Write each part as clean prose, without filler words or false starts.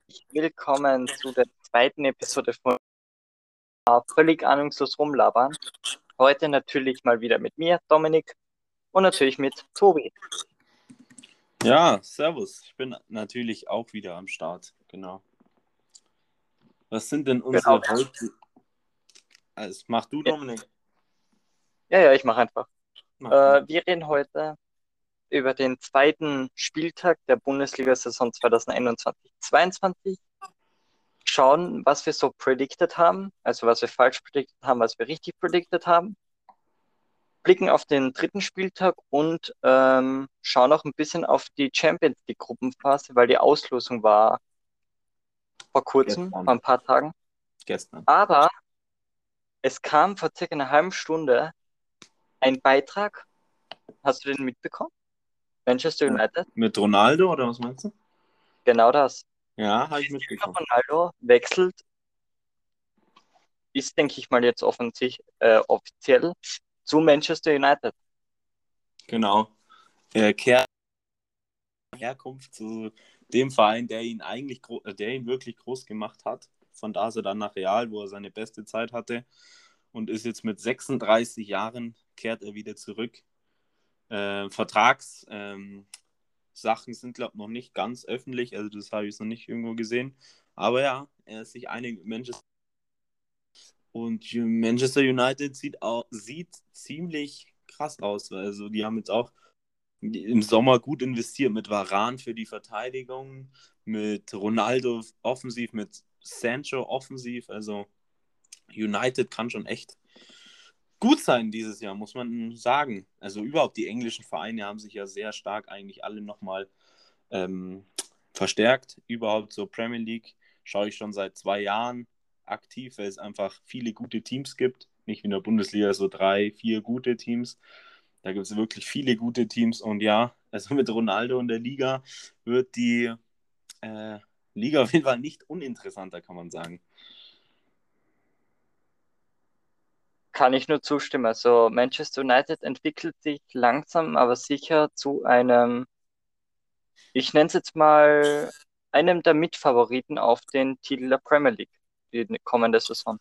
Willkommen zu der zweiten Episode von Völlig ahnungslos rumlabern. Heute natürlich mal wieder mit mir, Dominik, und natürlich mit Tobi. Ja, servus. Ich bin natürlich auch wieder am Start. Genau. Was sind denn unsere Genau. heute? Also, mach du, Dominik. Ja, ich mache einfach. Mach du. Wir reden heute über den zweiten Spieltag der Bundesliga-Saison 2021-22. Schauen, was wir so predicted haben, also was wir falsch predicted haben, was wir richtig predicted haben. Blicken auf den dritten Spieltag und schauen auch ein bisschen auf die Champions League Gruppenphase, weil die Auslosung war vor kurzem, vor Gestern. ein paar Tagen. Gestern. Aber es kam vor circa einer halben Stunde ein Beitrag, hast du den mitbekommen? Manchester United, Mit Ronaldo oder was meinst du? genau das. Ja, habe ich Cristiano mitbekommen. Ronaldo wechselt, ist, denke ich mal, jetzt offiziell zu Manchester United. Genau. Er kehrt Herkunft zu dem Verein, der ihn der ihn wirklich groß gemacht hat. Von da ist er dann nach Real, wo er seine beste Zeit hatte, und ist jetzt mit 36 Jahren kehrt er wieder zurück. Vertragssachen sind, glaube ich, noch nicht ganz öffentlich, also das habe ich noch nicht irgendwo gesehen. Aber ja, er ist sich einig mit Manchester. Und Manchester United sieht ziemlich krass aus. Also die haben jetzt auch im Sommer gut investiert mit Varane für die Verteidigung, mit Ronaldo offensiv, mit Sancho offensiv. Also United kann schon echt gut sein dieses Jahr, muss man sagen. Also überhaupt die englischen Vereine haben sich ja sehr stark eigentlich alle nochmal verstärkt. Überhaupt so Premier League schaue ich schon seit 2 Jahren aktiv, weil es einfach viele gute Teams gibt. Nicht wie in der Bundesliga so 3, 4 gute Teams. Da gibt es wirklich viele gute Teams. Und ja, also mit Ronaldo in der Liga wird die Liga auf jeden Fall nicht uninteressanter, kann man sagen. Kann ich nur zustimmen. Also Manchester United entwickelt sich langsam, aber sicher zu einem, ich nenne es jetzt mal, einem der Mitfavoriten auf den Titel der Premier League, die kommende Saison.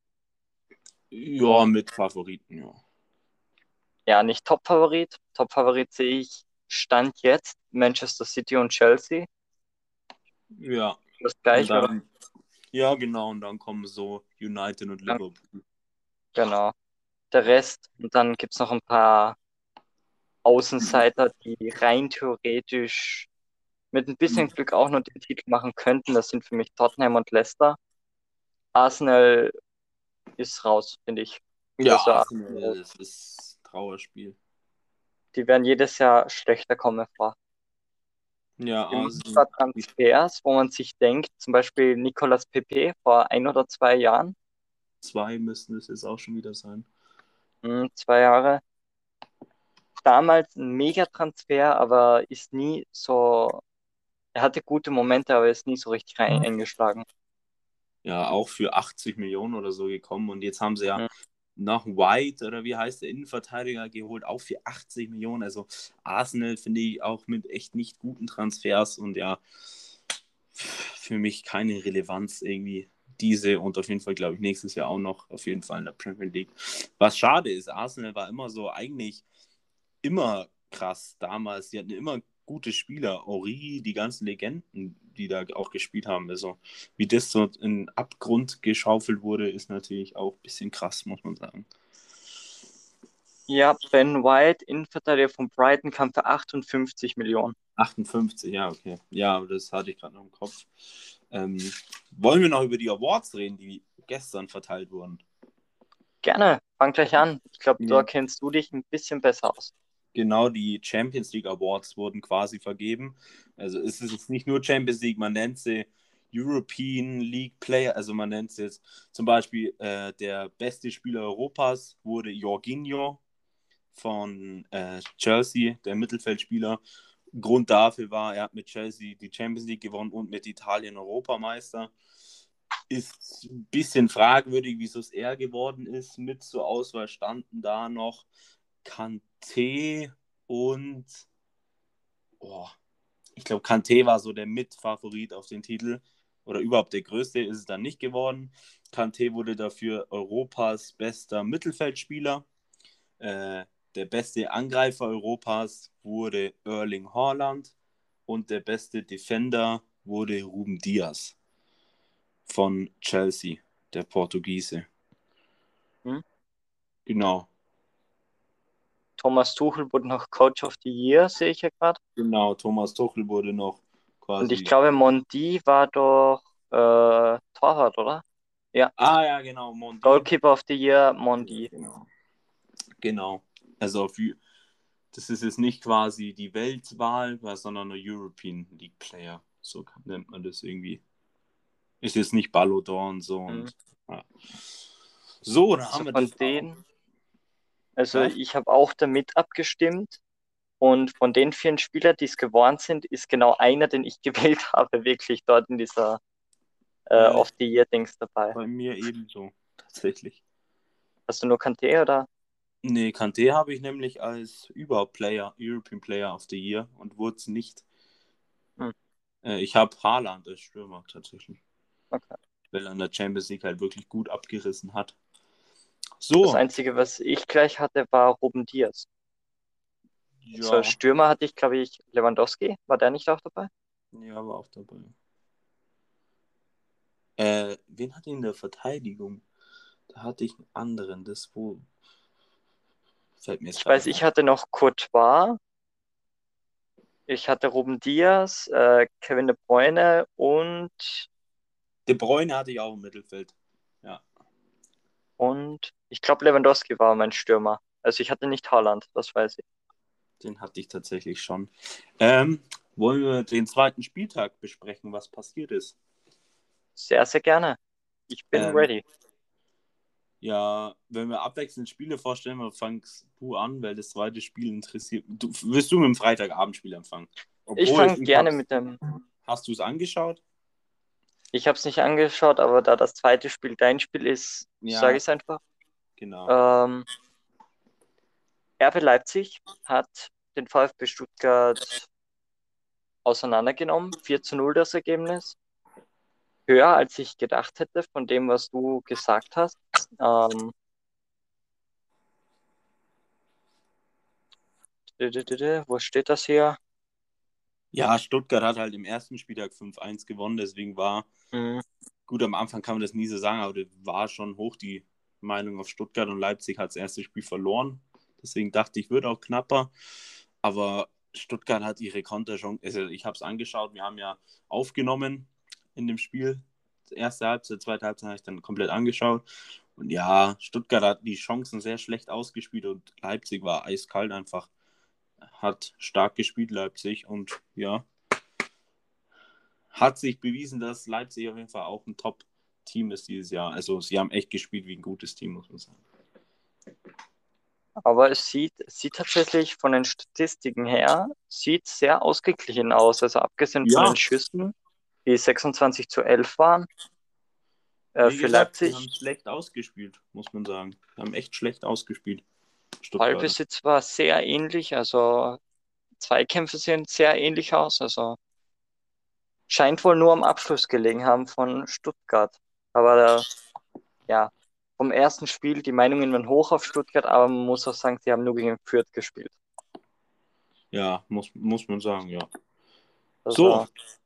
Ja, mit Favoriten, ja. Ja, nicht Top-Favorit. Top-Favorit sehe ich Stand jetzt Manchester City und Chelsea. Ja, Das und gleiche, oder? dann, ja, genau, und dann kommen so United und Liverpool. Genau. Der Rest. Und dann gibt es noch ein paar Außenseiter, die rein theoretisch mit ein bisschen Glück auch noch den Titel machen könnten. Das sind für mich Tottenham und Leicester. Arsenal ist raus, finde ich. Ja, Also Arsenal, Arsenal, das ist ein Trauerspiel. die werden jedes Jahr schlechter kommen vor. Ja, Die machen Arsenal, zwar Transfers, wo man sich denkt, zum Beispiel Nicolas Pepe vor 1 oder 2 Jahren, 2 müssten es jetzt auch schon wieder sein. 2 Jahre, damals ein Mega-Transfer, aber ist nie so, er hatte gute Momente, aber ist nie so richtig rein eingeschlagen. Ja, auch für 80 Millionen oder so gekommen. Und jetzt haben sie ja Mhm. nach White, oder wie heißt der Innenverteidiger, geholt, auch für 80 Millionen. Also Arsenal finde ich auch mit echt nicht guten Transfers, und ja, für mich keine Relevanz irgendwie diese, und auf jeden Fall glaube ich nächstes Jahr auch noch auf jeden Fall in der Premier League. Was schade ist, Arsenal war immer so eigentlich immer krass damals. Die hatten immer gute Spieler. Ori, die ganzen Legenden, die da auch gespielt haben. Also, wie das so in den Abgrund geschaufelt wurde, ist natürlich auch ein bisschen krass, muss man sagen. Ja, Ben White, Innenverteidiger von Brighton, kam für 58 Millionen. 58, ja, okay. Ja, das hatte ich gerade noch im Kopf. Ähm, wollen wir noch über die Awards reden, die gestern verteilt wurden? Gerne, fang gleich an. Ich glaube, da Ja. kennst du dich ein bisschen besser aus. Genau, die Champions League Awards wurden quasi vergeben. Also es ist jetzt nicht nur Champions League, man nennt sie European League Player, also man nennt es jetzt zum Beispiel der beste Spieler Europas wurde Jorginho von Chelsea, der Mittelfeldspieler. Grund dafür war, er hat mit Chelsea die Champions League gewonnen und mit Italien Europameister. Ist ein bisschen fragwürdig, wieso es er geworden ist. Mit zur Auswahl standen da noch Kanté und ich glaube, Kanté war so der Mitfavorit auf den Titel. oder überhaupt der größte ist es dann nicht geworden. Kanté wurde dafür Europas bester Mittelfeldspieler. Der beste Angreifer Europas wurde Erling Haaland und der beste Defender wurde Ruben Dias von Chelsea, der Portugiese. Hm? Genau. Thomas Tuchel wurde noch Coach of the Year, sehe ich ja gerade. Genau, Thomas Tuchel wurde noch Und ich quasi. glaube, Mondi war doch Torwart, oder? Ja, Ah ja, genau, Mondi. Goalkeeper of the Year, Mondi. Genau. Genau. Also das ist jetzt nicht quasi die Weltwahl, sondern eine European League Player. So nennt man das irgendwie. Ist jetzt nicht Ballon d'Or und so. Hm. Und, ja. So, dann Also haben wir von das auch. denen, also Was? ich habe auch damit abgestimmt. Und von den 4 Spielern, die es geworden sind, ist genau einer, den ich gewählt habe, wirklich dort in dieser Äh, of the Year-Dings dabei. Bei mir ebenso, tatsächlich. Hast du nur Kanté oder? Nee, Kanté habe ich nämlich als überhaupt Player, European Player of the Year und wurde es nicht. Hm, Ich habe Haaland als Stürmer tatsächlich, okay. weil er in der Champions League halt wirklich gut abgerissen hat. Das So, Einzige, was ich gleich hatte, war Ruben Dias. Also als ja, Stürmer hatte ich, glaube ich, Lewandowski. War der nicht auch dabei? ja, war auch dabei. Wen hatte ich in der Verteidigung? Da hatte ich einen anderen, fällt mir jetzt Ich gerade weiß, nicht ich ein. hatte noch Courtois, ich hatte Ruben Dias, Kevin De Bruyne De Bruyne hatte ich auch im Mittelfeld. Ja, und ich glaube, Lewandowski war mein Stürmer. Also ich hatte nicht Haaland, das weiß ich. den hatte ich tatsächlich schon. Ähm, Wollen wir den zweiten Spieltag besprechen, was passiert ist? Sehr, sehr gerne. Ich bin Ähm, ready. ja, wenn wir abwechselnd Spiele vorstellen, dann fangst du an, weil das zweite Spiel interessiert. Wirst du mit dem Freitagabendspiel anfangen? Ich Obwohl, fange gerne mit dem. hast du es angeschaut? Ich habe es nicht angeschaut, aber da das zweite Spiel dein Spiel ist, sage Ja, ich es einfach. genau. Ähm, RB Leipzig hat den VfB Stuttgart auseinandergenommen. 4:0 das Ergebnis. Höher als ich gedacht hätte von dem, was du gesagt hast. Ähm, wo steht das hier? Ja, Stuttgart hat halt im ersten Spieltag 5-1 gewonnen, deswegen war, Hm, gut, am Anfang kann man das nie so sagen, aber das war schon hoch die Meinung auf Stuttgart und Leipzig hat das erste Spiel verloren. Deswegen dachte ich, wird auch knapper. Aber Stuttgart hat ihre Konterchance, also ich habe es angeschaut, wir haben ja aufgenommen in dem Spiel. Die erste Halbzeit, zweite Halbzeit habe ich dann komplett angeschaut. Und ja, Stuttgart hat die Chancen sehr schlecht ausgespielt und Leipzig war eiskalt einfach. Hat stark gespielt, Leipzig. Und ja, hat sich bewiesen, dass Leipzig auf jeden Fall auch ein Top-Team ist dieses Jahr. Also sie haben echt gespielt wie ein gutes Team, muss man sagen. aber es sieht tatsächlich von den Statistiken her, sieht sehr ausgeglichen aus. Also abgesehen von Ja, den Schüssen, die 26:11 waren, wie für gesagt, sie haben Leipzig. schlecht ausgespielt, muss man sagen. Sie haben echt schlecht ausgespielt, Stuttgarter. Ballbesitz war sehr ähnlich, also Zweikämpfe sehen sehr ähnlich aus. Also scheint wohl nur am Abschluss gelegen haben von Stuttgart. Aber ja, vom ersten Spiel, die Meinungen waren hoch auf Stuttgart, aber man muss auch sagen, sie haben nur gegen Fürth gespielt. Ja, muss man sagen, ja. So, Also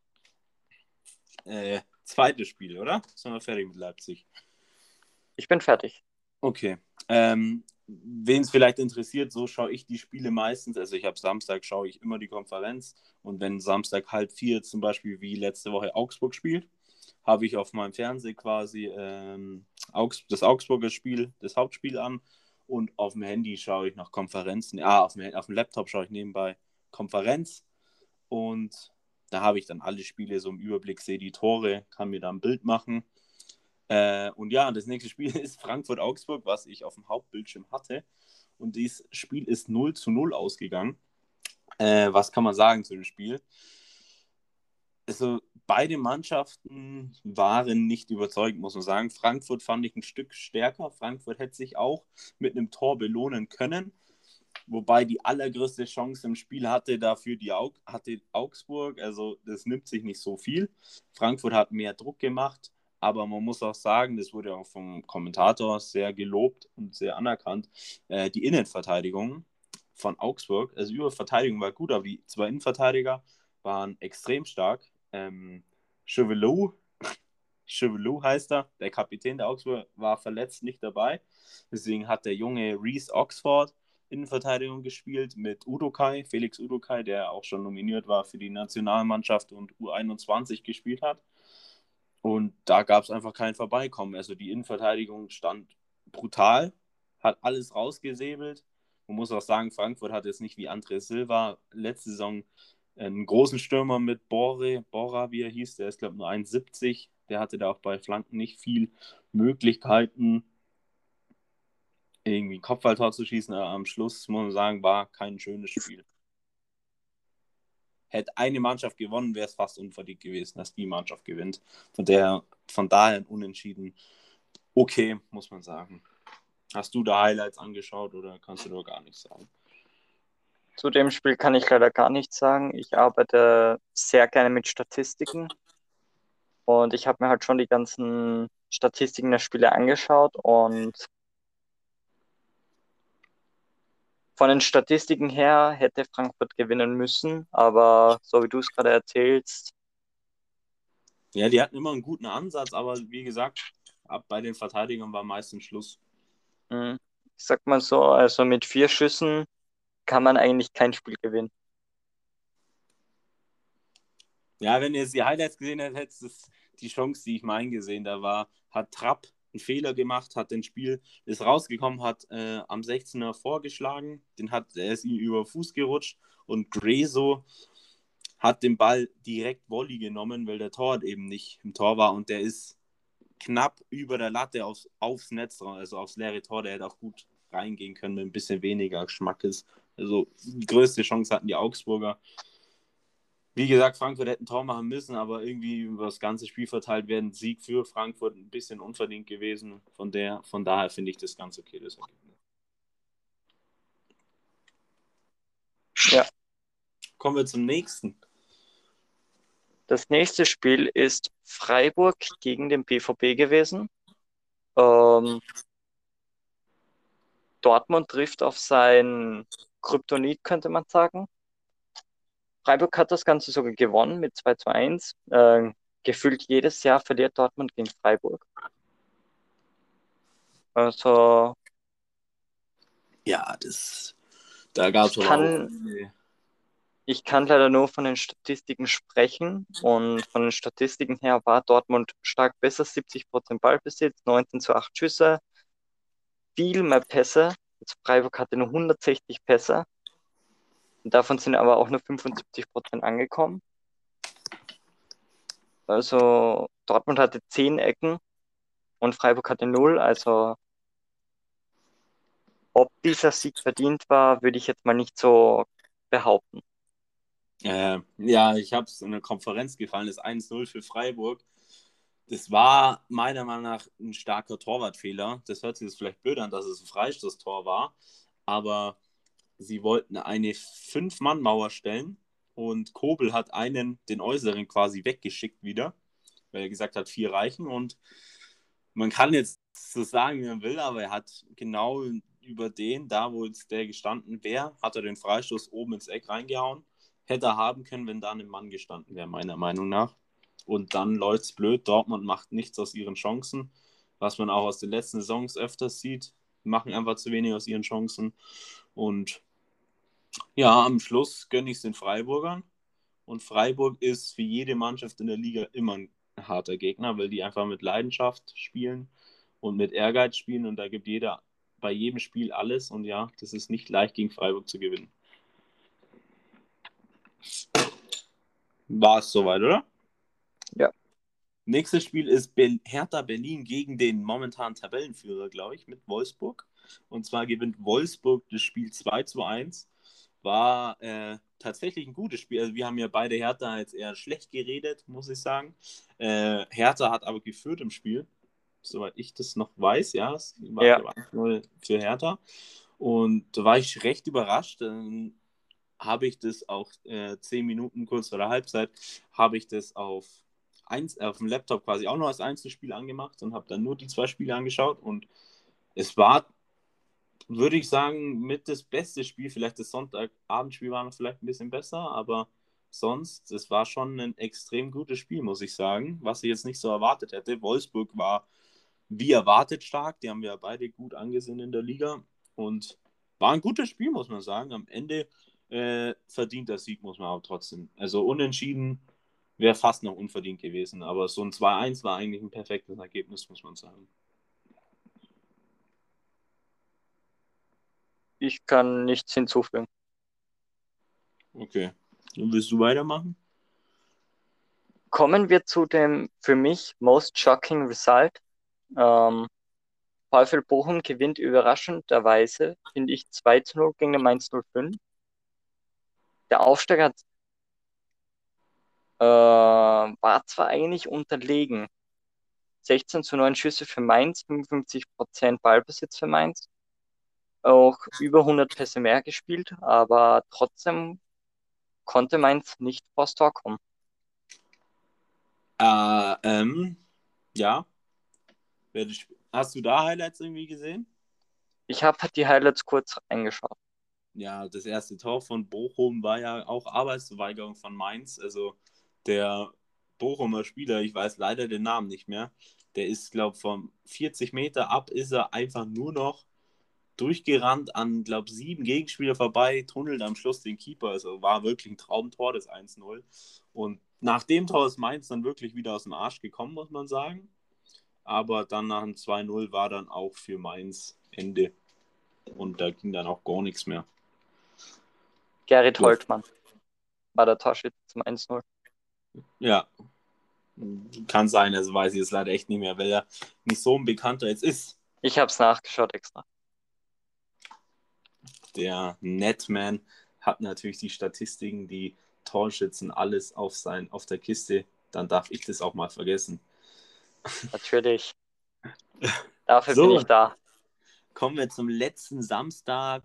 zweites Spiel, oder? Sind wir fertig mit Leipzig? ich bin fertig. Okay. Wen es vielleicht interessiert, so schaue ich die Spiele meistens. Also ich habe Samstag, schaue ich immer die Konferenz. Und wenn Samstag 3:30 zum Beispiel wie letzte Woche Augsburg spielt, habe ich auf meinem Fernseher quasi das Augsburger Spiel, das Hauptspiel an. Und auf dem Handy schaue ich nach Konferenzen. Auf dem Laptop schaue ich nebenbei Konferenz. Und da habe ich dann alle Spiele so im Überblick, sehe die Tore, kann mir da ein Bild machen. Und ja, das nächste Spiel ist Frankfurt-Augsburg, was ich auf dem Hauptbildschirm hatte. Und dieses Spiel ist 0:0 ausgegangen. Was kann man sagen zu dem Spiel? Also, beide Mannschaften waren nicht überzeugend, muss man sagen. Frankfurt fand ich ein Stück stärker. Frankfurt hätte sich auch mit einem Tor belohnen können. Wobei die allergrößte Chance im Spiel hatte dafür hatte Augsburg. Also das nimmt sich nicht so viel. Frankfurt hat mehr Druck gemacht. Aber man muss auch sagen, das wurde auch vom Kommentator sehr gelobt und sehr anerkannt, die Innenverteidigung von Augsburg, also die Verteidigung war gut, aber die zwei Innenverteidiger waren extrem stark. Chauvelot heißt er, der Kapitän der Augsburg, war verletzt, nicht dabei. Deswegen hat der junge Reece Oxford Innenverteidigung gespielt mit Udokai, Felix Udokai, der auch schon nominiert war für die Nationalmannschaft und U21 gespielt hat. Und da gab es einfach kein Vorbeikommen. Also die Innenverteidigung stand brutal, hat alles rausgesäbelt. Man muss auch sagen, Frankfurt hat jetzt nicht wie André Silva letzte Saison einen großen Stürmer mit Bora, wie er hieß, der ist, glaube ich, nur 1,70. Der hatte da auch bei Flanken nicht viel Möglichkeiten, irgendwie ein Kopfballtor zu schießen. Aber am Schluss, muss man sagen, war kein schönes Spiel. Hätte eine Mannschaft gewonnen, wäre es fast unverdient gewesen, dass die Mannschaft gewinnt. Von daher ein Unentschieden. Okay, muss man sagen. Hast du da Highlights angeschaut oder kannst du nur gar nichts sagen? Zu dem Spiel kann ich leider gar nichts sagen. Ich arbeite sehr gerne mit Statistiken und ich habe mir halt schon die ganzen Statistiken der Spiele angeschaut und von den Statistiken her hätte Frankfurt gewinnen müssen, aber so wie du es gerade erzählst. Ja, die hatten immer einen guten Ansatz, aber wie gesagt, ab bei den Verteidigern war meistens Schluss. Ich sag mal so, also mit 4 Schüssen kann man eigentlich kein Spiel gewinnen. Ja, wenn ihr jetzt die Highlights gesehen hättet, hättest du die Chance, die ich mein gesehen, hat Trapp einen Fehler gemacht, ist rausgekommen, hat am 16er vorgeschlagen, er ist ihm über Fuß gerutscht und Greso hat den Ball direkt Volley genommen, weil der Torwart eben nicht im Tor war und der ist knapp über der Latte aufs Netz, also aufs leere Tor, der hätte auch gut reingehen können mit ein bisschen weniger Schmackes. Also die größte Chance hatten die Augsburger. Wie gesagt, Frankfurt hätte ein Tor machen müssen, aber irgendwie über das ganze Spiel verteilt werden Sieg für Frankfurt ein bisschen unverdient gewesen. Von daher finde ich das ganz okay, das Ergebnis. Ja. Kommen wir zum nächsten. Das nächste Spiel ist Freiburg gegen den BVB gewesen. Dortmund trifft auf sein Kryptonit, könnte man sagen. Freiburg hat das Ganze sogar gewonnen mit 2:1. Gefühlt jedes Jahr verliert Dortmund gegen Freiburg. Also. Ja, da gab es aber auch. Ich kann leider nur von den Statistiken sprechen und von den Statistiken her war Dortmund stark besser, 70% Ballbesitz, 19:8 Schüsse, viel mehr Pässe. Also Freiburg hatte nur 160 Pässe und davon sind aber auch nur 75% angekommen. Also Dortmund hatte 10 Ecken und Freiburg hatte 0. Also ob dieser Sieg verdient war, würde ich jetzt mal nicht so behaupten. Ja, ich habe es in der Konferenz gefallen, das 1:0 für Freiburg. Das war meiner Meinung nach ein starker Torwartfehler. Das hört sich jetzt vielleicht blöd an, dass es ein Freistoßtor war, aber sie wollten eine 5-Mann-Mauer stellen und Kobel hat den Äußeren quasi weggeschickt wieder, weil er gesagt hat, 4 reichen und man kann jetzt so sagen, wie man will, aber er hat genau über da wo jetzt der gestanden wäre, hat er den Freistoß oben ins Eck reingehauen. Hätte er haben können, wenn da ein Mann gestanden wäre, meiner Meinung nach. Und dann läuft es blöd. Dortmund macht nichts aus ihren Chancen, was man auch aus den letzten Saisons öfters sieht. Machen einfach zu wenig aus ihren Chancen. Und ja, am Schluss gönne ich es den Freiburgern. Und Freiburg ist für jede Mannschaft in der Liga immer ein harter Gegner, weil die einfach mit Leidenschaft spielen und mit Ehrgeiz spielen. Und da gibt jeder bei jedem Spiel alles. Und ja, das ist nicht leicht, gegen Freiburg zu gewinnen. War es soweit, oder? Ja. Nächstes Spiel ist Hertha Berlin gegen den momentanen Tabellenführer, glaube ich, mit Wolfsburg. Und zwar gewinnt Wolfsburg das Spiel 2:1. War tatsächlich ein gutes Spiel. Also wir haben ja beide Hertha jetzt eher schlecht geredet, muss ich sagen. Hertha hat aber geführt im Spiel, soweit ich das noch weiß. Ja, es war, Ja. glaube ich, 1:0 für Hertha. Und da war ich recht überrascht. Dann habe ich das auch 10 Minuten kurz vor der Halbzeit, habe ich das auf dem Laptop quasi auch noch als Einzelspiel angemacht und habe dann nur die zwei Spiele angeschaut. Und es war, würde ich sagen, mit das beste Spiel. Vielleicht das Sonntagabendspiel war noch vielleicht ein bisschen besser, aber sonst, es war schon ein extrem gutes Spiel, muss ich sagen, was ich jetzt nicht so erwartet hätte. Wolfsburg war wie erwartet stark, die haben wir ja beide gut angesehen in der Liga und war ein gutes Spiel, muss man sagen. Am Ende verdient der Sieg, muss man aber trotzdem. Also unentschieden wäre fast noch unverdient gewesen, aber so ein 2-1 war eigentlich ein perfektes Ergebnis, muss man sagen. Ich kann nichts hinzufügen. Okay. Dann willst du weitermachen? Kommen wir zu dem für mich most shocking result. Ähm, VfL Bochum gewinnt überraschenderweise, finde ich, 2-0 gegen den Mainz 05. Der Aufsteiger war zwar eigentlich unterlegen. 16-9 Schüsse für Mainz, 55% Ballbesitz für Mainz. Auch über 100 Pässe mehr gespielt, aber trotzdem konnte Mainz nicht vors Tor kommen. Äh, ähm, ja. Hast du da Highlights irgendwie gesehen? Ich habe die Highlights kurz eingeschaut. Ja, das erste Tor von Bochum war ja auch Arbeitsverweigerung von Mainz. Also der Bochumer Spieler, ich weiß leider den Namen nicht mehr, der ist, glaube ich, von 40 Meter ab ist er einfach nur noch durchgerannt an, glaube ich, 7 Gegenspieler vorbei, tunnelt am Schluss den Keeper. Also war wirklich ein Traumtor, das 1-0. Und nach dem Tor ist Mainz dann wirklich wieder aus dem Arsch gekommen, muss man sagen. Aber dann nach dem 2-0 war dann auch für Mainz Ende. Und da ging dann auch gar nichts mehr. Gerrit Ja, Holtmann war der Torschütze zum 1-0. ja, kann sein, also weiß ich jetzt leider echt nicht mehr, weil er nicht so ein Bekannter jetzt ist. Ich habe es nachgeschaut extra. Der Netman hat natürlich die Statistiken, die Torschützen, alles auf der Kiste. Dann darf ich das auch mal vergessen. Natürlich. Dafür bin So, ich da. kommen wir zum letzten Samstag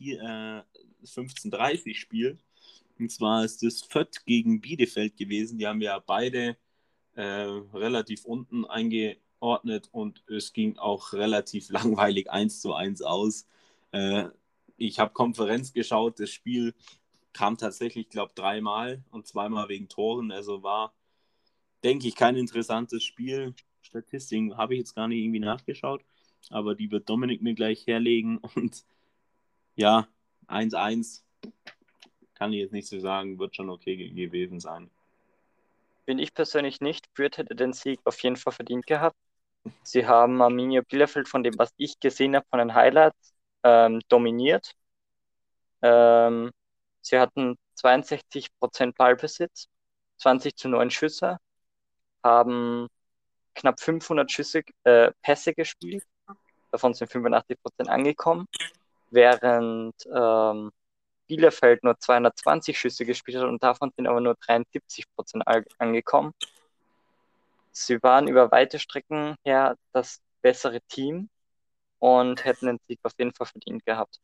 15:30 Spiel. Und zwar ist das Fürth gegen Bielefeld gewesen. Die haben ja beide relativ unten eingeordnet und es ging auch relativ langweilig 1:1 aus. Äh, Ich habe Konferenz geschaut, das Spiel kam tatsächlich, glaube ich, dreimal und zweimal wegen Toren. Also war, denke ich, kein interessantes Spiel. Statistiken habe ich jetzt gar nicht irgendwie nachgeschaut, aber die wird Dominik mir gleich herlegen und ja, 1:1 kann ich jetzt nicht so sagen, wird schon okay gewesen sein. Bin ich persönlich nicht. Fürth hätte den Sieg auf jeden Fall verdient gehabt. Sie haben Arminia Bielefeld von dem, was ich gesehen habe, von den Highlights, dominiert. Ähm, Sie hatten 62% Ballbesitz, 20-9 Schüsse, haben knapp 500 Pässe gespielt, davon sind 85% angekommen, während Bielefeld nur 220 Schüsse gespielt hat und davon sind aber nur 73% angekommen. Sie waren über weite Strecken her das bessere Team und hätten den Sieg auf jeden Fall verdient gehabt.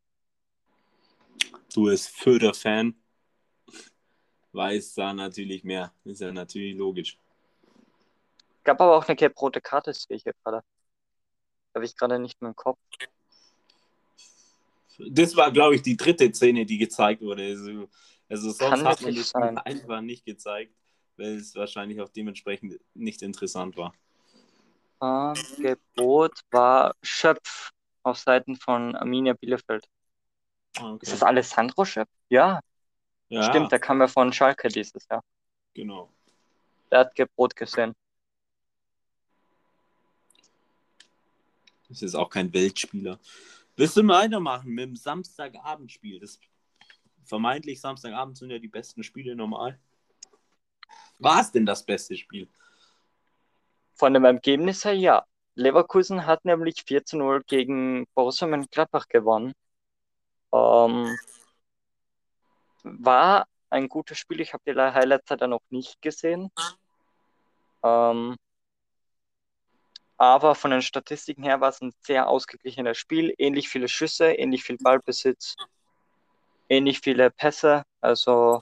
Du bist Fürther-Fan, weiß da natürlich mehr. Ist ja natürlich logisch. Gab aber auch eine gelb-rote Karte, sehe ich hier gerade. Habe ich gerade nicht mehr im Kopf. Das war, glaube ich, die dritte Szene, die gezeigt wurde. Also sonst Kann hat man wirklich das Spiel sein. einfach nicht gezeigt, weil es wahrscheinlich auch dementsprechend nicht interessant war. Gelb-rot war Schöpf auf Seiten von Arminia Bielefeld. Ah, Ist okay. das Alessandro Schöpf? Ja, Ja, stimmt, der kam ja von Schalke dieses Jahr. genau. Der hat gelb-rot gesehen. Das ist auch kein Weltspieler. Willst du mal weitermachen mit dem Samstagabendspiel? Das vermeintlich Samstagabend sind ja die besten Spiele normal. War es denn das beste Spiel? Von dem Ergebnis her, ja. Leverkusen hat nämlich 4-0 gegen Borussia Mönchengladbach gewonnen. Ähm, War ein gutes Spiel. Ich habe die Highlights leider noch nicht gesehen. Ähm, Aber von den Statistiken her war es ein sehr ausgeglichenes Spiel. Ähnlich viele Schüsse, ähnlich viel Ballbesitz, ähnlich viele Pässe. Also,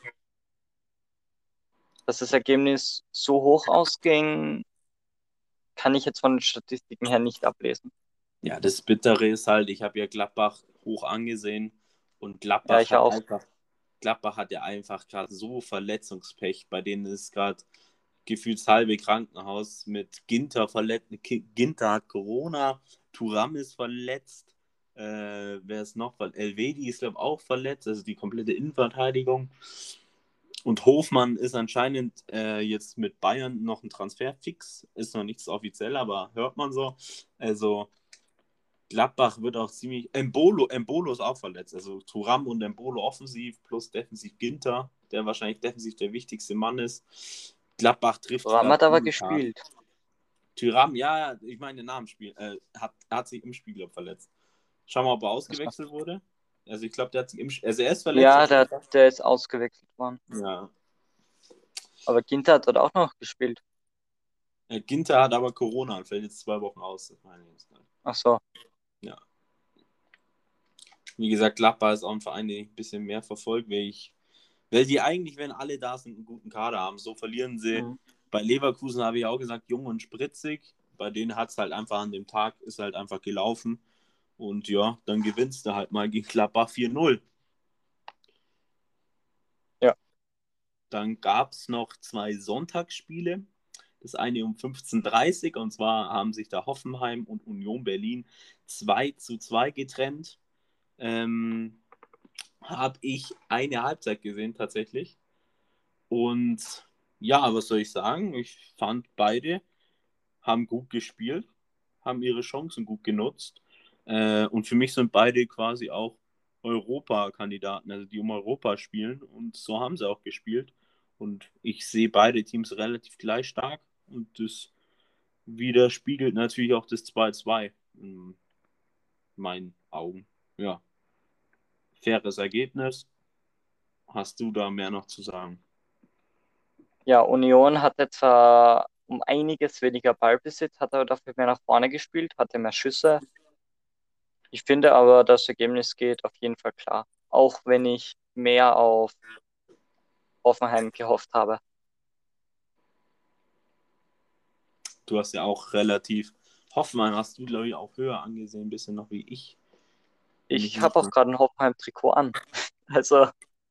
dass das Ergebnis so hoch ausging, kann ich jetzt von den Statistiken her nicht ablesen. Ja, das Bittere ist halt, ich habe ja Gladbach hoch angesehen und Ja, ich auch. Gladbach hat ja einfach gerade so Verletzungspech, bei denen ist gerade gefühlt das halbe Krankenhaus mit Ginter verletzt. Ginter hat Corona, Thuram ist verletzt. Wer ist noch? Elvedi ist, glaube ich, auch verletzt, also die komplette Innenverteidigung. Und Hofmann ist anscheinend jetzt mit Bayern noch ein Transfer fix. Ist noch nichts offiziell, aber hört man so. Also Gladbach wird auch ziemlich. Embolo ist auch verletzt. Also Thuram und Embolo offensiv plus defensiv Ginter, der wahrscheinlich defensiv der wichtigste Mann ist. Gladbach trifft Thuram gerade hat aber übelst hart. gespielt. Thuram, ja, ich meine nach dem Spiel, hat sich im Spiel glaub, verletzt. Schau mal, ob er ausgewechselt wurde. Also ich glaube, der hat sich also er ist verletzt. Ja, der ist ausgewechselt worden. Ja. Aber Ginter hat dort auch noch gespielt. Ginter hat aber Corona und fällt jetzt 2 Wochen aus. Das meine ich jetzt nicht. Ach so. Ja. Wie gesagt, Gladbach ist auch ein Verein, den ich ein bisschen mehr verfolge, weil die eigentlich, wenn alle da sind, einen guten Kader haben. So verlieren sie. Mhm. Bei Leverkusen habe ich auch gesagt, jung und spritzig. Bei denen hat es halt einfach an dem Tag, ist halt einfach gelaufen. Und ja, dann gewinnst du halt mal gegen Gladbach 4-0. Ja. Dann gab es noch 2 Sonntagsspiele. Das eine um 15:30 Uhr und zwar haben sich da Hoffenheim und Union Berlin 2:2 getrennt. Habe ich eine Halbzeit gesehen tatsächlich. Und ja, was soll ich sagen? Ich fand, beide haben gut gespielt, haben ihre Chancen gut genutzt. Und für mich sind beide quasi auch Europakandidaten, also die um Europa spielen. Und so haben sie auch gespielt. Und ich sehe beide Teams relativ gleich stark. Und das widerspiegelt natürlich auch das 2:2 in meinen Augen. Ja, faires Ergebnis. Hast du da mehr noch zu sagen? Ja, Union hatte zwar um einiges weniger Ballbesitz, hat aber dafür mehr nach vorne gespielt, hatte mehr Schüsse. Ich finde aber, das Ergebnis geht auf jeden Fall klar. Auch wenn ich mehr auf Hoffenheim gehofft habe. Du hast ja auch relativ, Hoffmann hast du, glaube ich, auch höher angesehen, ein bisschen noch wie ich. Wenn ich Ich habe mich auch noch... gerade ein Hoffenheim-Trikot an. Also,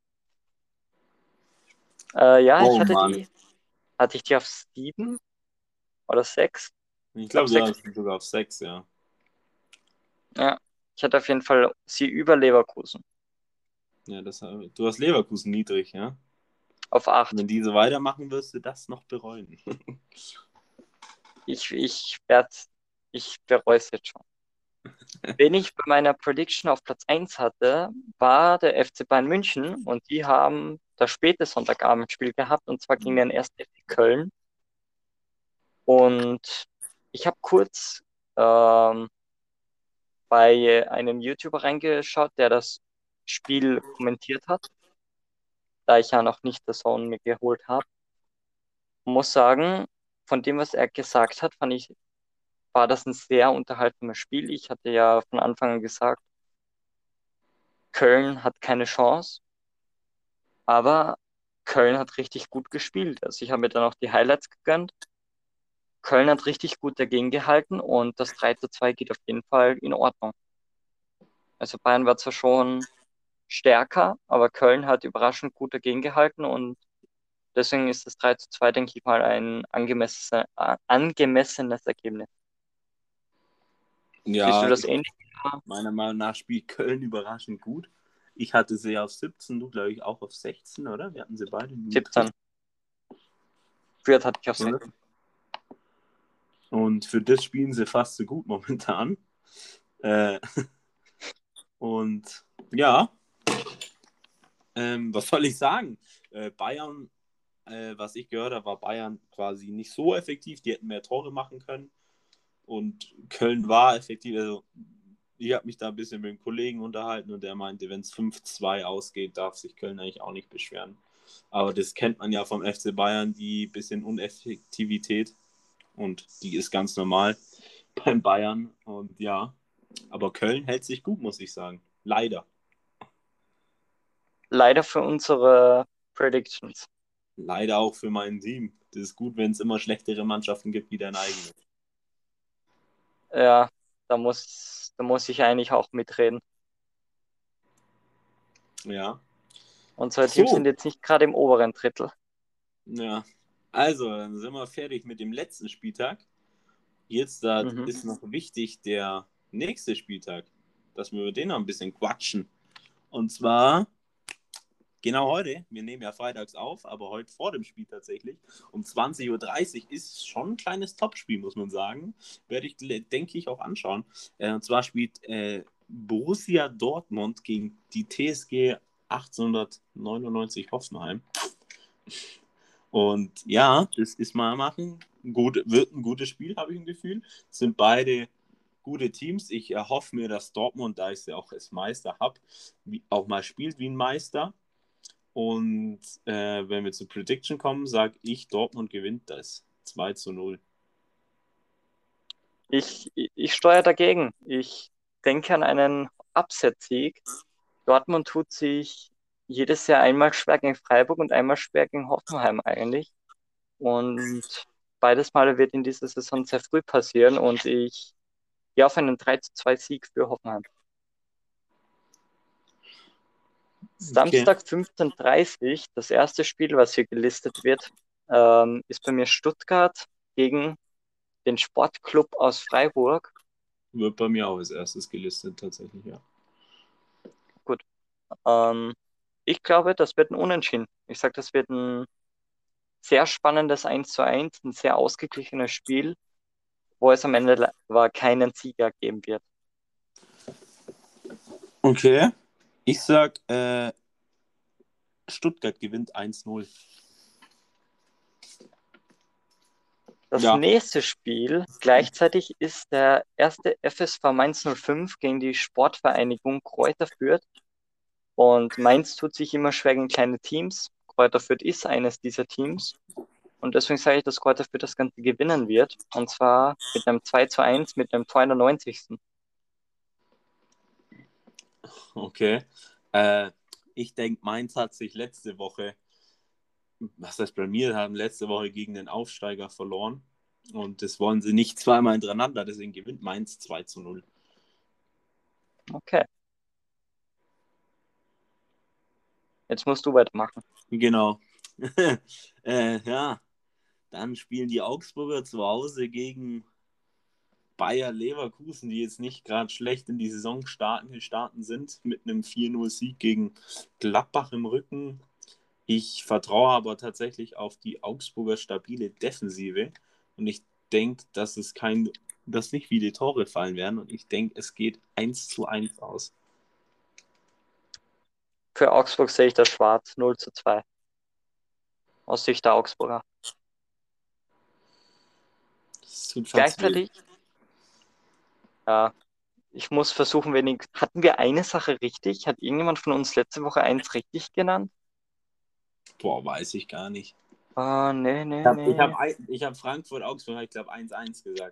ja, Oh Mann. hatte ich die auf 7 oder 6? Ich Ich glaube glaube, du 6. hast sogar auf 6, ja. Ja, ich hatte auf jeden Fall sie über Leverkusen Ja, du hast Leverkusen niedrig, ja. auf 8. Wenn die so weitermachen, wirst du das noch bereuen. Ich bereue es jetzt schon. Wen ich bei meiner Prediction auf Platz 1 hatte, war der FC Bayern München und die haben das späte Sonntagabendspiel gehabt und zwar gegen den 1. FC Köln. Und ich habe kurz ähm, bei einem YouTuber reingeschaut, der das Spiel kommentiert hat, da ich ja noch nicht das Zone mir geholt habe. Muss sagen, von dem, was er gesagt hat, war das ein sehr unterhaltsames Spiel. Ich hatte ja von Anfang an gesagt, Köln hat keine Chance, aber Köln hat richtig gut gespielt. Also ich habe mir dann auch die Highlights gegönnt. Köln hat richtig gut dagegen gehalten und das 3:2 geht auf jeden Fall in Ordnung. Also Bayern war zwar schon stärker, aber Köln hat überraschend gut dagegen gehalten und deswegen ist das 3:2, denke ich mal, ein angemessenes Ergebnis. Siehst du Ja, das ähnlich? meiner Meinung nach spielt Köln überraschend gut. Ich hatte sie auf 17, du glaube ich auch auf 16, oder? Wir hatten sie beide niedrig. 17. Fürth hatte ich auf Oder? 16. Und für das spielen sie fast so gut momentan. Äh, und ja, was soll ich sagen? Bayern, was ich gehört habe, war Bayern quasi nicht so effektiv. Die hätten mehr Tore machen können. Und Köln war effektiv. Also, ich habe mich da ein bisschen mit dem Kollegen unterhalten und der meinte, wenn es 5:2 ausgeht, darf sich Köln eigentlich auch nicht beschweren. Aber das kennt man ja vom FC Bayern, die bisschen Uneffektivität. Und die ist ganz normal. beim Bayern. Und ja, aber Köln hält sich gut, muss ich sagen. Leider. Leider für unsere Predictions. Leider auch für mein Team. Das ist gut, wenn es immer schlechtere Mannschaften gibt wie dein eigenes. Ja, da muss ich eigentlich auch mitreden. Ja. Unsere Teams sind So, jetzt nicht gerade im oberen Drittel. ja. Also, dann sind wir fertig mit dem letzten Spieltag. Jetzt da Mhm. ist noch wichtig der nächste Spieltag, dass wir über den noch ein bisschen quatschen. Und zwar genau heute, wir nehmen ja freitags auf, aber heute vor dem Spiel tatsächlich, um 20:30 Uhr ist schon ein kleines Topspiel, muss man sagen. Werde ich, denke ich, auch anschauen. Und zwar spielt Borussia Dortmund gegen die TSG 1899 Hoffenheim. Und ja, das ist mal machen. Gut, wird ein gutes Spiel, habe ich ein Gefühl. Es sind beide gute Teams. Ich erhoffe mir, dass Dortmund, da ich sie auch als Meister habe, auch mal spielt wie ein Meister. Und wenn wir zur Prediction kommen, sage ich, Dortmund gewinnt das 2:0. Ich steuere dagegen. Ich denke an einen Upset-Sieg. Dortmund tut sich jedes Jahr einmal schwer gegen Freiburg und einmal schwer gegen Hoffenheim eigentlich. Und beides Male wird in dieser Saison sehr früh passieren und ich gehe auf einen 3:2 Sieg für Hoffenheim. Okay. Samstag 15:30 das erste Spiel, was hier gelistet wird, ist bei mir Stuttgart gegen den Sportclub aus Freiburg. Wird bei mir auch als erstes gelistet, tatsächlich, ja. Gut, ähm, ich glaube, das wird ein Unentschieden. Ich sage, das wird ein sehr spannendes 1:1, ein sehr ausgeglichenes Spiel, wo es am Ende aber keinen Sieger geben wird. Okay. Ich sag, Stuttgart gewinnt 1:0. Das Ja, nächste Spiel gleichzeitig ist der erste FSV Mainz 05 gegen die Sportvereinigung Kräuter Fürth. Und Mainz tut sich immer schwer gegen kleine Teams. Kräuter Fürth ist eines dieser Teams. Und deswegen sage ich, dass Kräuter Fürth das Ganze gewinnen wird. Und zwar mit einem 2:1 mit einem Tor in der 90. okay. Ich denke, Mainz hat sich letzte Woche, was heißt bei mir, haben letzte Woche gegen den Aufsteiger verloren. Und das wollen sie nicht zweimal hintereinander, deswegen gewinnt Mainz 2:0. Okay, jetzt musst du weitermachen. Genau. Ja, dann spielen die Augsburger zu Hause gegen Bayer Leverkusen, die jetzt nicht gerade schlecht in die Saison gestarten sind, mit einem 4:0 Sieg gegen Gladbach im Rücken. Ich vertraue aber tatsächlich auf die Augsburger stabile Defensive und ich denke, dass nicht viele Tore fallen werden und ich denke, es geht 1:1 aus. Für Augsburg sehe ich das schwarz, 0:2. Aus Sicht der Augsburger. Das tut fast weh. Gleichzeitig, ja, ich muss versuchen, hatten wir eine Sache richtig? Hat irgendjemand von uns letzte Woche eins richtig genannt? Boah, weiß ich gar nicht. Ah, nee, Ich nee, habe ich hab, nee. ich hab Frankfurt-Augsburg, ich glaube, 1:1 gesagt.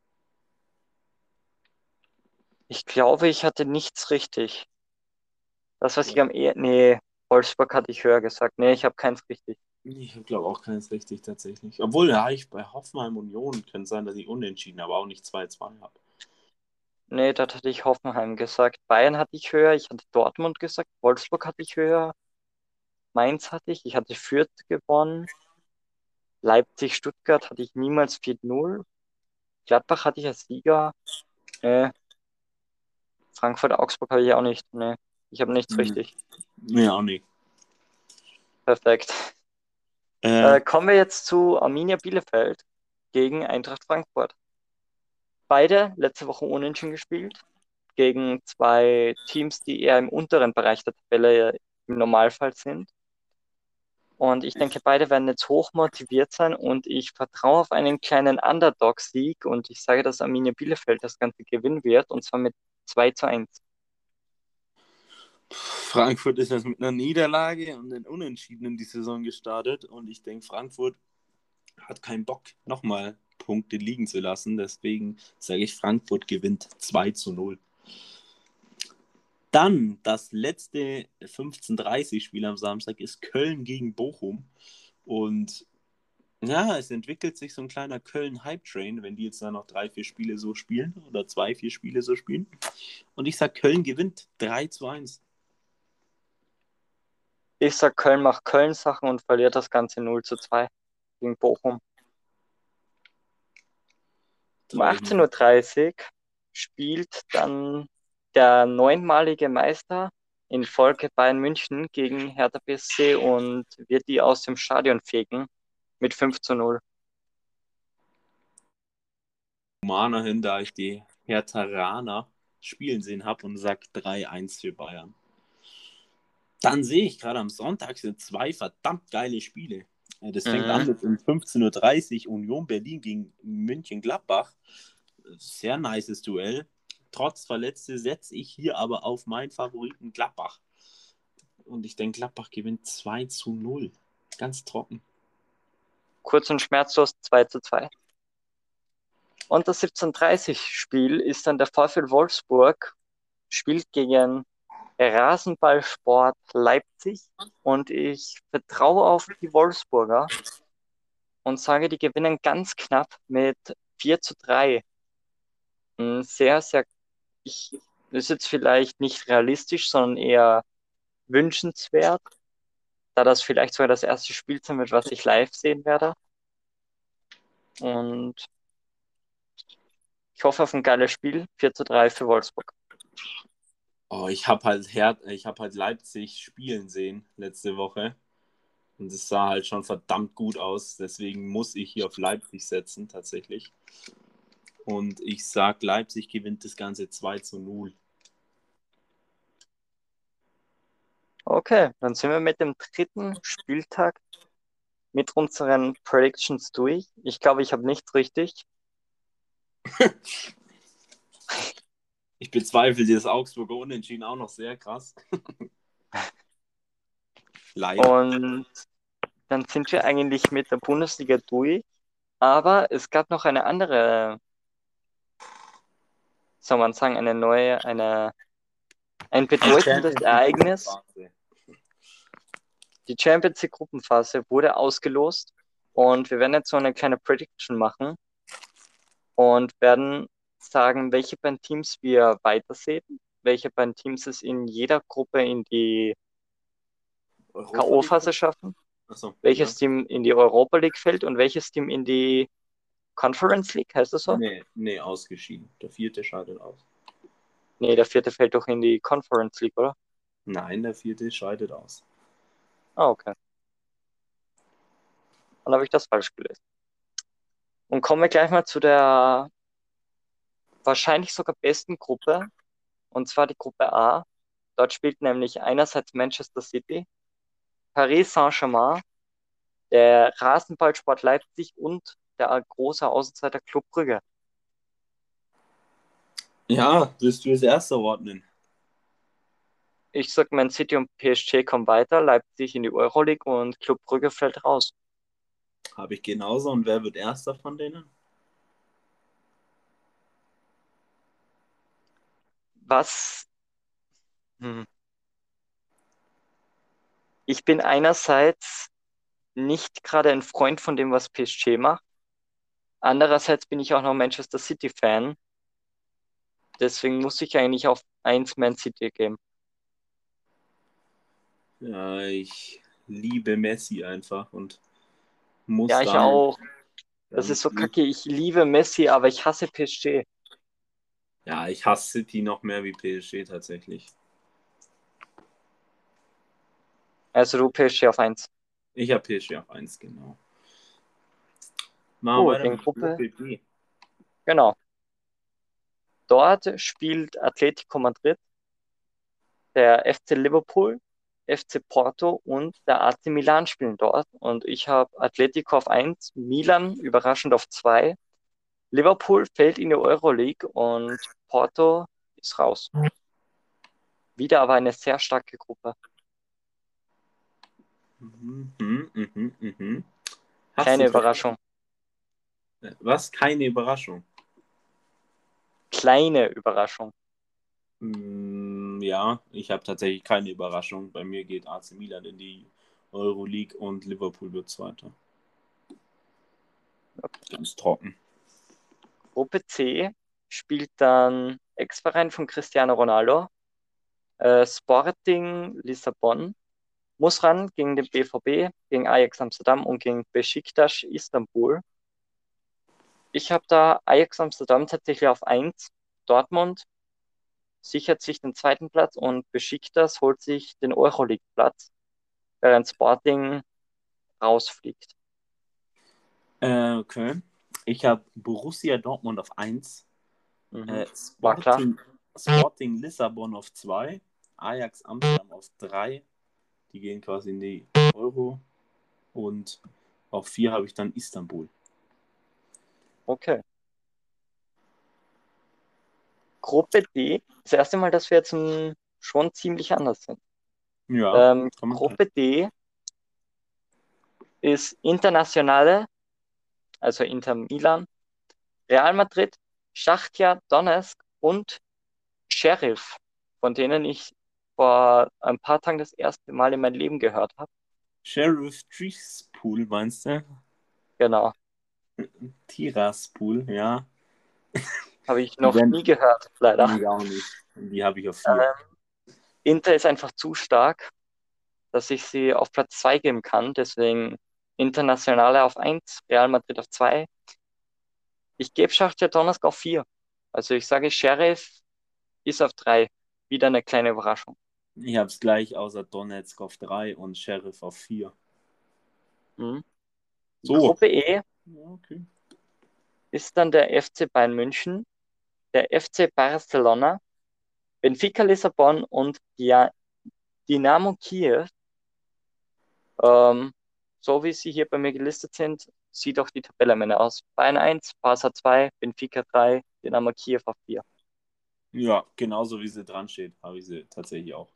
Ich glaube, ich hatte nichts richtig. Das, was ich am ehesten. Nee, Wolfsburg hatte ich höher gesagt. Nee, ich habe keins richtig. Ich glaube auch keins richtig tatsächlich. Obwohl, ja, ich bei Hoffenheim Union könnte sein, dass ich unentschieden, aber auch nicht 2:2 habe. Nee, dort hatte ich Hoffenheim gesagt. Bayern hatte ich höher. Ich hatte Dortmund gesagt. Wolfsburg hatte ich höher. Mainz hatte ich. Ich hatte Fürth gewonnen. Leipzig, Stuttgart hatte ich niemals 4:0. Gladbach hatte ich als Sieger. Nee. Frankfurt, Augsburg habe ich auch nicht. Nee, ich habe nichts Hm. richtig. Nee, auch nicht. Perfekt. Äh, Kommen wir jetzt zu Arminia Bielefeld gegen Eintracht Frankfurt. Beide letzte Woche unentschieden gespielt. Gegen zwei Teams, die eher im unteren Bereich der Tabelle im Normalfall sind. Und ich denke, beide werden jetzt hoch motiviert sein und ich vertraue auf einen kleinen Underdog-Sieg und ich sage, dass Arminia Bielefeld das Ganze gewinnen wird und zwar mit 2:1. Frankfurt ist jetzt mit einer Niederlage und einem Unentschieden in die Saison gestartet und ich denke, Frankfurt hat keinen Bock, nochmal Punkte liegen zu lassen. Deswegen sage ich, Frankfurt gewinnt 2:0. Dann das letzte 15:30 Spiel am Samstag ist Köln gegen Bochum. Und ja, es entwickelt sich so ein kleiner Köln-Hype-Train, wenn die jetzt da noch 3-4 Spiele so spielen oder 2-4 Spiele so spielen. Und ich sage, Köln gewinnt 3:1. Ich sag, Köln macht Köln-Sachen und verliert das Ganze 0:2 gegen Bochum. Um Trau ich mir. 18:30 Uhr spielt dann der neunmalige Meister in Folge Bayern München gegen Hertha BSC und wird die aus dem Stadion fegen mit 5:0. Humana hin, da ich die Hertheraner spielen sehen habe und sage 3:1 für Bayern. Dann sehe ich gerade am Sonntag sind 2 verdammt geile Spiele. Das fängt an mit um 15:30 Uhr Union Berlin gegen München-Gladbach. Sehr nices Duell. Trotz Verletzte setze ich hier aber auf meinen Favoriten Gladbach. Und ich denke, Gladbach gewinnt 2:0. Ganz trocken. Kurz und schmerzlos 2:2. Und das 17:30 Spiel ist dann der VfL Wolfsburg, spielt gegen Rasenballsport Leipzig und ich vertraue auf die Wolfsburger und sage, die gewinnen ganz knapp mit 4:3. Sehr, sehr, das ist jetzt vielleicht nicht realistisch, sondern eher wünschenswert, da das vielleicht sogar das erste Spiel sein wird, was ich live sehen werde. Und ich hoffe auf ein geiles Spiel. 4:3 für Wolfsburg. Oh, ich habe halt Leipzig spielen sehen letzte Woche. Und es sah halt schon verdammt gut aus. Deswegen muss ich hier auf Leipzig setzen, tatsächlich. Und ich sage, Leipzig gewinnt das Ganze 2:0. Okay, dann sind wir mit dem dritten Spieltag mit unseren Predictions durch. Ich glaube, ich habe nichts richtig. Ich bezweifle das Augsburger Unentschieden auch noch sehr krass. Leider. Und dann sind wir eigentlich mit der Bundesliga durch. Aber es gab noch eine andere, soll man sagen, ein bedeutendes Ereignis. Die Champions League Gruppenphase wurde ausgelost und wir werden jetzt so eine kleine Prediction machen und werden sagen, welche beiden Teams wir weitersehen, welche beiden Teams es in jeder Gruppe in die K.O.-Phase schaffen, Achso, welches Team in die Europa League fällt und welches Team in die Conference League, heißt das so? Nee, ausgeschieden. Der 4. scheidet aus. Nee, der vierte fällt doch in die Conference League, oder? Nein, der 4. scheidet aus. Ah, okay. Dann habe ich das falsch gelesen. Und kommen wir gleich mal zu der wahrscheinlich sogar besten Gruppe, und zwar die Gruppe A. Dort spielt nämlich einerseits Manchester City, Paris Saint-Germain, der Rasenballsport Leipzig und der große Außenseiter Club Brügge. Ja, willst du das erste ordnen? Ich sag, Man City und PSG kommen weiter, Leipzig in die Euroleague und Club Brügge fällt raus. Habe ich genauso. Und wer wird erster von denen? Was? Hm. Ich bin einerseits nicht gerade ein Freund von dem, was PSG macht. Andererseits bin ich auch noch Manchester City-Fan. Deswegen muss ich eigentlich auf 1 Man City geben. Ja, ich liebe Messi einfach und muss Ja, ich auch. Das dann ist so kacke. Ich liebe Messi, aber ich hasse PSG. ja, ich hasse City noch mehr wie PSG tatsächlich. Also du PSG auf 1. Ich habe PSG auf 1, genau. Machen wir Gut, weiter in mit Gruppe. Gruppe B. Genau. Dort spielt Atletico Madrid, der FC Liverpool, FC Porto und der AC Milan spielen dort. Und ich habe Atletico auf 1, Milan überraschend auf 2. Liverpool fällt in die Euroleague und Porto ist raus. Wieder aber eine sehr starke Gruppe. Mhm. Keine Überraschung. Was? Keine Überraschung. Kleine Überraschung. Ja, ich habe tatsächlich keine Überraschung. Bei mir geht AC Milan in die Euroleague und Liverpool wird Zweiter. Ganz trocken. Gruppe C spielt dann Ex-Verein von Cristiano Ronaldo, Sporting Lissabon, muss ran gegen den BVB, gegen Ajax Amsterdam und gegen Beşiktaş Istanbul. Ich habe da Ajax Amsterdam tatsächlich auf 1, Dortmund sichert sich den zweiten Platz und Beşiktaş holt sich den Euroleague-Platz, während Sporting rausfliegt. Okay. Ich habe Borussia Dortmund auf 1, War klar. Sporting Lissabon auf 2, Ajax Amsterdam auf 3. Die gehen quasi in die Euro. Und auf 4 habe ich dann Istanbul. Okay. Gruppe D, das erste Mal, dass wir jetzt schon ziemlich anders sind. Ja, kann man Gruppe D ist Internationale, also Inter Milan, Real Madrid, Schachtar Donetsk und Sheriff, von denen ich vor ein paar Tagen das erste Mal in meinem Leben gehört habe. Sheriff Tiraspol, meinst du? Genau, Tiraspol, ja. habe ich noch nie gehört, leider. Nee, auch nicht. Die habe ich auf 4. Inter ist einfach zu stark, dass ich sie auf Platz 2 geben kann. Deswegen Internationale auf 1, Real Madrid auf 2. Ich gebe Schachtar Donetsk auf 4. Also ich sage, Sheriff ist auf 3. Wieder eine kleine Überraschung. Ich habe es gleich außer Donetsk auf 3 und Sheriff auf 4. Mhm. So. Gruppe E Ja, okay. ist dann der FC Bayern München, der FC Barcelona, Benfica Lissabon und Dynamo Kiew. So wie sie hier bei mir gelistet sind, sieht auch die Tabelle am Ende aus. Bayern 1, Barca 2, Benfica 3, Dynamo Kiew auf 4. Ja, genauso wie sie dran steht, habe ich sie tatsächlich auch.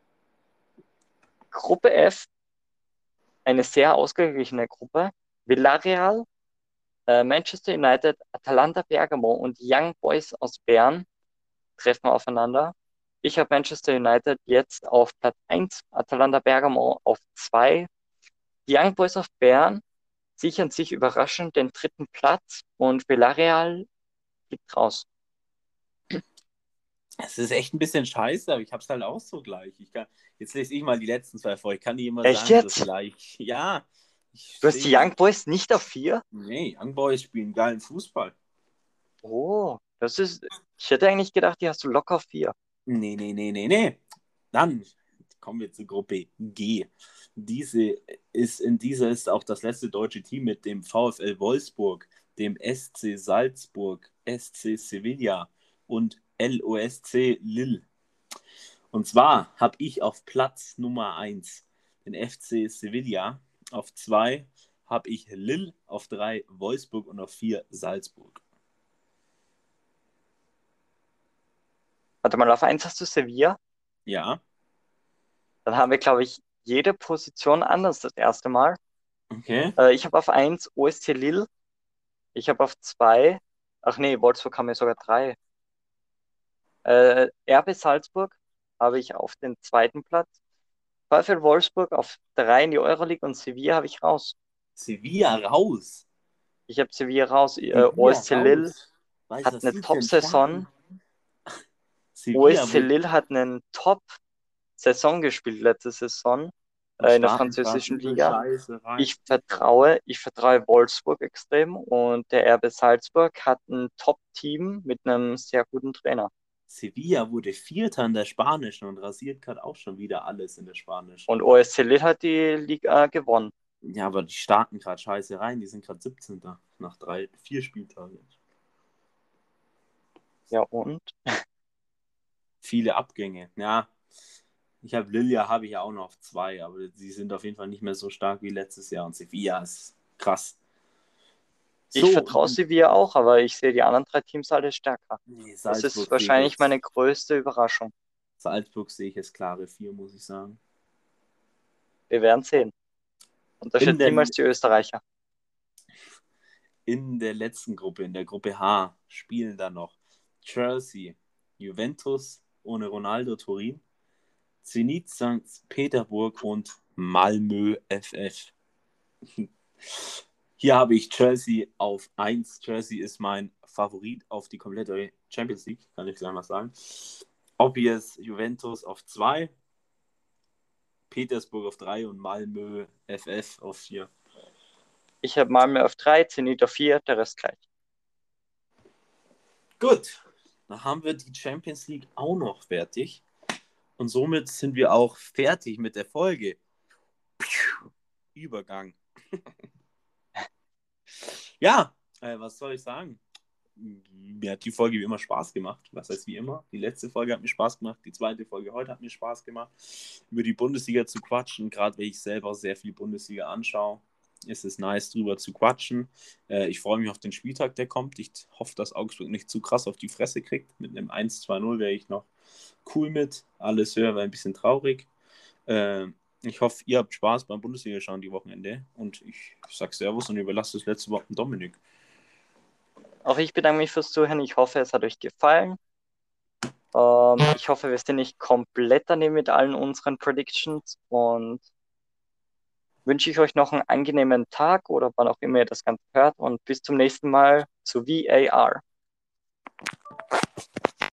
Gruppe F, eine sehr ausgeglichene Gruppe. Villarreal, Manchester United, Atalanta Bergamo und Young Boys aus Bern treffen aufeinander. Ich habe Manchester United jetzt auf Platz 1, Atalanta Bergamo auf 2. Die Young Boys auf Bern sichern sich überraschend den dritten Platz und Villarreal fliegt raus. Es ist echt ein bisschen scheiße, aber ich habe es halt auch so gleich. Jetzt lese ich mal die letzten 2 vor. Ich kann nicht immer Echt sagen, das jetzt? gleich. Ja. Du hast die Young Boys nicht auf 4? Nee, Young Boys spielen geilen Fußball. Oh, ich hätte eigentlich gedacht, die hast du locker auf 4. Nee. Dann kommen wir zur Gruppe G. In dieser ist auch das letzte deutsche Team mit dem VfL Wolfsburg, dem SC Salzburg, SC Sevilla und LOSC Lille. Und zwar habe ich auf Platz Nummer 1 den FC Sevilla, auf 2 habe ich Lille, auf 3 Wolfsburg und auf 4 Salzburg. Warte mal, auf 1 hast du Sevilla. Ja. Dann haben wir, glaube ich, jede Position anders das erste Mal. Okay. Ich habe auf 1 OSC Lille. Ich habe auf 2, ach nee, Wolfsburg haben wir sogar 3. RB Salzburg habe ich auf den zweiten Platz. VfL Wolfsburg auf 3 in die Euroleague und Sevilla habe ich raus. Sevilla raus. Ich habe Sevilla raus. Sevilla OSC Lille raus. Weißt du, hat was eine die für einen Top-Saison. Sevilla OSC wurde Lille hat einen Top-Saison gespielt letzte Saison und in der starten gerade französischen übel Liga. Scheiße rein. Ich vertraue Wolfsburg extrem und der RB Salzburg hat ein Top-Team mit einem sehr guten Trainer. Sevilla wurde Vierter in der Spanischen und rasiert gerade auch schon wieder alles in der Spanischen. Und OSC Lille hat die Liga gewonnen. Ja, aber die starten gerade scheiße rein. Die sind gerade 17. nach 4 Spieltagen. Ja, und? Viele Abgänge. Ja, ich habe Lilia, habe ich ja auch noch auf 2, aber sie sind auf jeden Fall nicht mehr so stark wie letztes Jahr. Und Sevilla ist krass. Ich vertraue Sevilla auch, aber ich sehe die anderen 3 Teams alle stärker. Nee, Das ist Salzburg wahrscheinlich meine größte Überraschung. Salzburg sehe ich als klare 4, muss ich sagen. Wir werden sehen. Unterschätzt niemals die Österreicher. In der letzten Gruppe, in der Gruppe H, spielen dann noch Chelsea, Juventus ohne Ronaldo Turin, Zenit St. Petersburg und Malmö FF. Hier habe ich Chelsea auf 1. Chelsea ist mein Favorit auf die komplette Champions League, kann ich gleich mal sagen. Obvious Juventus auf 2, Petersburg auf 3 und Malmö FF auf 4. Ich habe Malmö auf 3, Zenit auf 4, der Rest gleich. Gut, dann haben wir die Champions League auch noch fertig. Und somit sind wir auch fertig mit der Folge. Übergang. Ja, was soll ich sagen? Mir hat die Folge wie immer Spaß gemacht. Was heißt wie immer? Die letzte Folge hat mir Spaß gemacht. Die zweite Folge heute hat mir Spaß gemacht. Über die Bundesliga zu quatschen. Gerade wenn ich selber sehr viel Bundesliga anschaue, ist es nice, drüber zu quatschen. Ich freue mich auf den Spieltag, der kommt. Ich hoffe, dass Augsburg nicht zu krass auf die Fresse kriegt. Mit einem 1-2-0 wäre ich noch cool mit. Alles höher wäre ein bisschen traurig. Ich hoffe, ihr habt Spaß beim Bundesliga schauen die Wochenende. Und ich sage Servus und überlasse das letzte Wort an Dominik. Auch ich bedanke mich fürs Zuhören. Ich hoffe, es hat euch gefallen. Ich hoffe, wir sind nicht komplett daneben mit allen unseren Predictions und wünsche ich euch noch einen angenehmen Tag oder wann auch immer ihr das Ganze hört und bis zum nächsten Mal zu VAR.